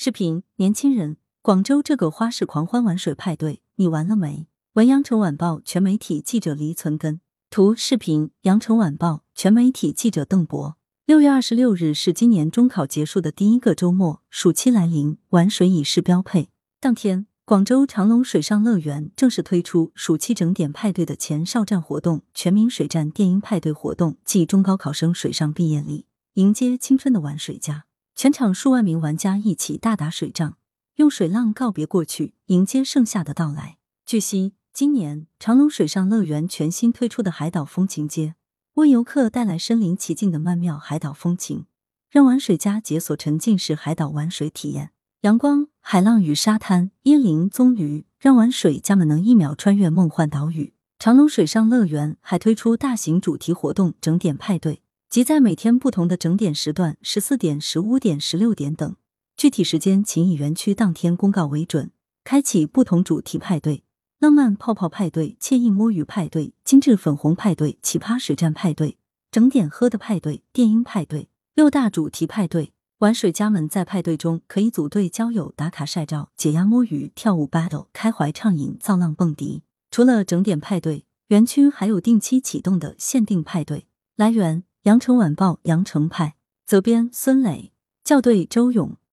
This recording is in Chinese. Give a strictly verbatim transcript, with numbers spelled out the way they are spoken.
视频：年轻人，广州这个花式狂欢玩水派对，你玩了没？文阳城晚报全媒体记者黎存根，图视频：羊城晚报全媒体记者邓博。六月二十六日是今年中考结束的第一个周末，暑期来临，玩水已是标配。当天，广州长隆水上乐园正式推出暑期整点派对的前哨战活动——全民水战电音派对活动暨中高考生水上毕业礼，迎接青春的玩水家。全场数万名玩家一起大打水仗，用水浪告别过去，迎接盛夏的到来。据悉，今年长隆水上乐园全新推出的海岛风情街，为游客带来身临其境的曼妙海岛风情，让玩水家解锁沉浸式海岛玩水体验。阳光、海浪与沙滩、椰林、棕榈，让玩水家们能一秒穿越梦幻岛屿。长隆水上乐园还推出大型主题活动整点派对，即在每天不同的整点时段十四点、十五点、十六点等，具体时间请以园区当天公告为准，开启不同主题派对，浪漫泡泡派对、惬意摸鱼派对、精致粉红派对、奇葩水战派对、整点喝的派对、电音派对，六大主题派对。玩水家们在派对中可以组队交友、打卡晒照、解压摸鱼、跳舞 battle、开怀畅饮、造浪蹦迪。除了整点派对，园区还有定期启动的限定派对。来源：羊城晚报羊城派，责编孙磊，校对周勇。